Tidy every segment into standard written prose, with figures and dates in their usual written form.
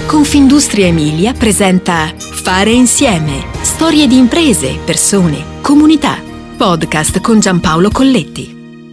Confindustria Emilia presenta Fare insieme. Storie di imprese, persone, comunità. Podcast con Giampaolo Colletti.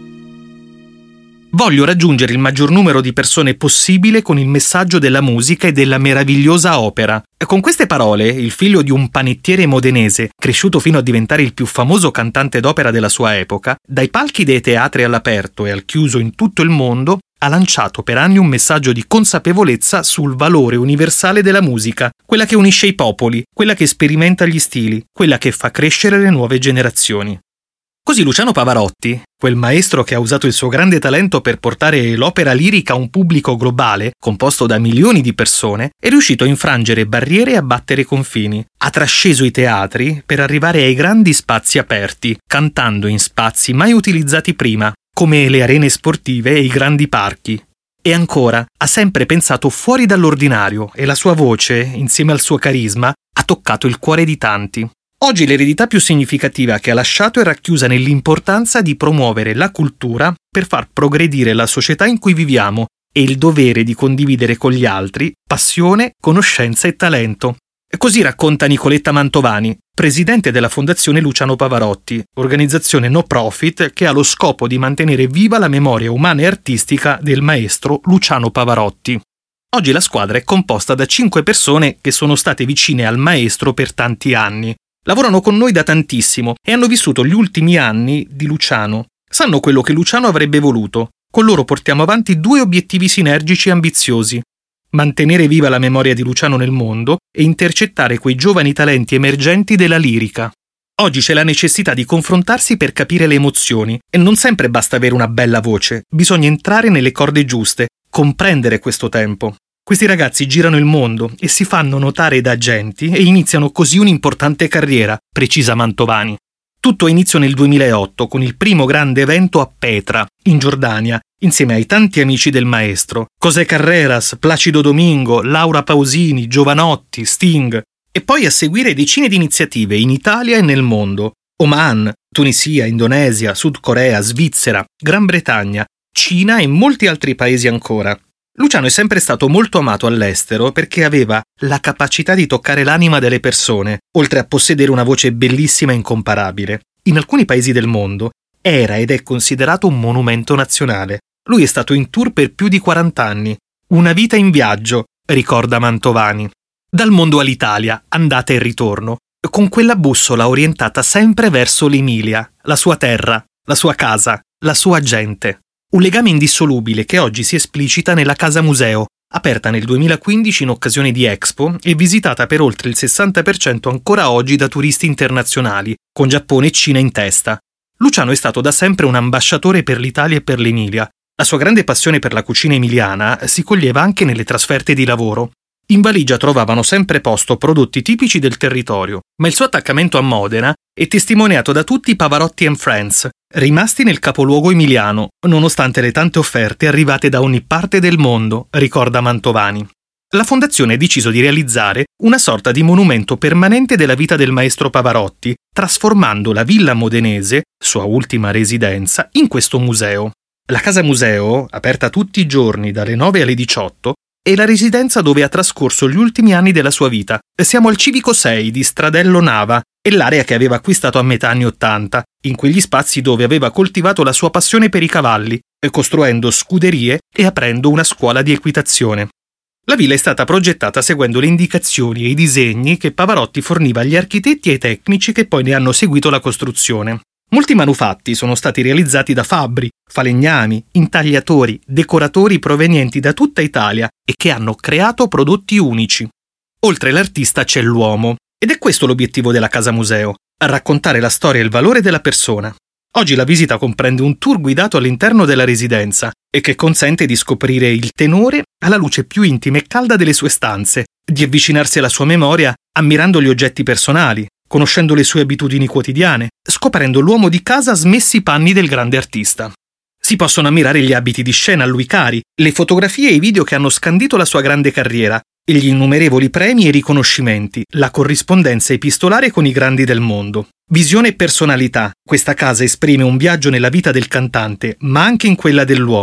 Voglio raggiungere il maggior numero di persone possibile con il messaggio della musica e della meravigliosa opera. Con queste parole, il figlio di un panettiere modenese, cresciuto fino a diventare il più famoso cantante d'opera della sua epoca, dai palchi dei teatri all'aperto e al chiuso in tutto il mondo, ha lanciato per anni un messaggio di consapevolezza sul valore universale della musica, quella che unisce i popoli, quella che sperimenta gli stili, quella che fa crescere le nuove generazioni. Così Luciano Pavarotti, quel maestro che ha usato il suo grande talento per portare l'opera lirica a un pubblico globale, composto da milioni di persone, è riuscito a infrangere barriere e a battere confini. Ha trasceso i teatri per arrivare ai grandi spazi aperti, cantando in spazi mai utilizzati prima, come le arene sportive e i grandi parchi. E ancora, ha sempre pensato fuori dall'ordinario e la sua voce, insieme al suo carisma, ha toccato il cuore di tanti. Oggi l'eredità più significativa che ha lasciato è racchiusa nell'importanza di promuovere la cultura per far progredire la società in cui viviamo e il dovere di condividere con gli altri passione, conoscenza e talento. E così racconta Nicoletta Mantovani, presidente della Fondazione Luciano Pavarotti, organizzazione no profit che ha lo scopo di mantenere viva la memoria umana e artistica del maestro Luciano Pavarotti. Oggi la squadra è composta da 5 persone che sono state vicine al maestro per tanti anni. Lavorano con noi da tantissimo e hanno vissuto gli ultimi anni di Luciano. Sanno quello che Luciano avrebbe voluto. Con loro portiamo avanti 2 obiettivi sinergici e ambiziosi: mantenere viva la memoria di Luciano nel mondo e intercettare quei giovani talenti emergenti della lirica. Oggi c'è la necessità di confrontarsi per capire le emozioni e non sempre basta avere una bella voce, bisogna entrare nelle corde giuste, comprendere questo tempo. Questi ragazzi girano il mondo e si fanno notare da agenti e iniziano così un'importante carriera, precisa Mantovani. Tutto ha inizio nel 2008 con il primo grande evento a Petra, in Giordania, insieme ai tanti amici del maestro, José Carreras, Placido Domingo, Laura Pausini, Giovanotti, Sting, e poi a seguire decine di iniziative in Italia e nel mondo: Oman, Tunisia, Indonesia, Sud Corea, Svizzera, Gran Bretagna, Cina e molti altri paesi ancora. Luciano è sempre stato molto amato all'estero perché aveva la capacità di toccare l'anima delle persone, oltre a possedere una voce bellissima e incomparabile. In alcuni paesi del mondo era ed è considerato un monumento nazionale. Lui è stato in tour per più di 40 anni. Una vita in viaggio, ricorda Mantovani. Dal mondo all'Italia, andata e ritorno, con quella bussola orientata sempre verso l'Emilia, la sua terra, la sua casa, la sua gente. Un legame indissolubile che oggi si esplicita nella Casa Museo, aperta nel 2015 in occasione di Expo e visitata per oltre il 60% ancora oggi da turisti internazionali, con Giappone e Cina in testa. Luciano è stato da sempre un ambasciatore per l'Italia e per l'Emilia. La sua grande passione per la cucina emiliana si coglieva anche nelle trasferte di lavoro. In valigia trovavano sempre posto prodotti tipici del territorio, ma il suo attaccamento a Modena è testimoniato da tutti i Pavarotti and Friends, rimasti nel capoluogo emiliano, nonostante le tante offerte arrivate da ogni parte del mondo, ricorda Mantovani. La fondazione ha deciso di realizzare una sorta di monumento permanente della vita del maestro Pavarotti, trasformando la villa modenese, sua ultima residenza, in questo museo. La Casa Museo, aperta tutti i giorni dalle 9 alle 18, è la residenza dove ha trascorso gli ultimi anni della sua vita. Siamo al Civico 6 di Stradello Nava, e l'area che aveva acquistato a metà anni 80, in quegli spazi dove aveva coltivato la sua passione per i cavalli, costruendo scuderie e aprendo una scuola di equitazione. La villa è stata progettata seguendo le indicazioni e i disegni che Pavarotti forniva agli architetti e ai tecnici che poi ne hanno seguito la costruzione. Molti manufatti sono stati realizzati da fabbri, falegnami, intagliatori, decoratori provenienti da tutta Italia e che hanno creato prodotti unici. Oltre l'artista c'è l'uomo, ed è questo l'obiettivo della Casa Museo: raccontare la storia e il valore della persona. Oggi la visita comprende un tour guidato all'interno della residenza e che consente di scoprire il tenore alla luce più intima e calda delle sue stanze, di avvicinarsi alla sua memoria ammirando gli oggetti personali, conoscendo le sue abitudini quotidiane, scoprendo l'uomo di casa smessi i panni del grande artista. Si possono ammirare gli abiti di scena a lui cari, le fotografie e i video che hanno scandito la sua grande carriera, e gli innumerevoli premi e riconoscimenti, la corrispondenza epistolare con i grandi del mondo. Visione e personalità. Questa casa esprime un viaggio nella vita del cantante, ma anche in quella dell'uomo.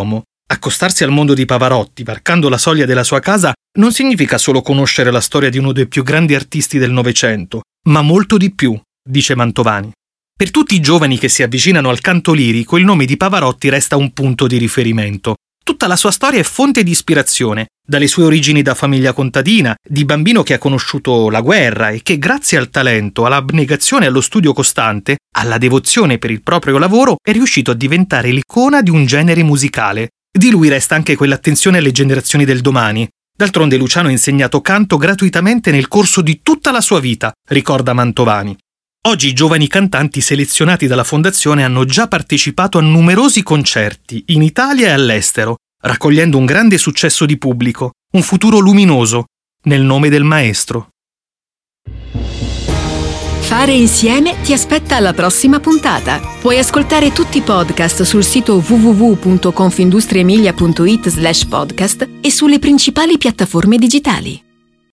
Accostarsi al mondo di Pavarotti, varcando la soglia della sua casa, non significa solo conoscere la storia di uno dei più grandi artisti del Novecento, ma molto di più, dice Mantovani. Per tutti i giovani che si avvicinano al canto lirico, il nome di Pavarotti resta un punto di riferimento. Tutta la sua storia è fonte di ispirazione, dalle sue origini da famiglia contadina, di bambino che ha conosciuto la guerra e che grazie al talento, all'abnegazione e allo studio costante, alla devozione per il proprio lavoro, è riuscito a diventare l'icona di un genere musicale. Di lui resta anche quell'attenzione alle generazioni del domani. D'altronde Luciano ha insegnato canto gratuitamente nel corso di tutta la sua vita, ricorda Mantovani. Oggi i giovani cantanti selezionati dalla Fondazione hanno già partecipato a numerosi concerti in Italia e all'estero, raccogliendo un grande successo di pubblico, un futuro luminoso, nel nome del maestro. Fare insieme ti aspetta alla prossima puntata. Puoi ascoltare tutti i podcast sul sito www.confindustriemilia.it/podcast e sulle principali piattaforme digitali.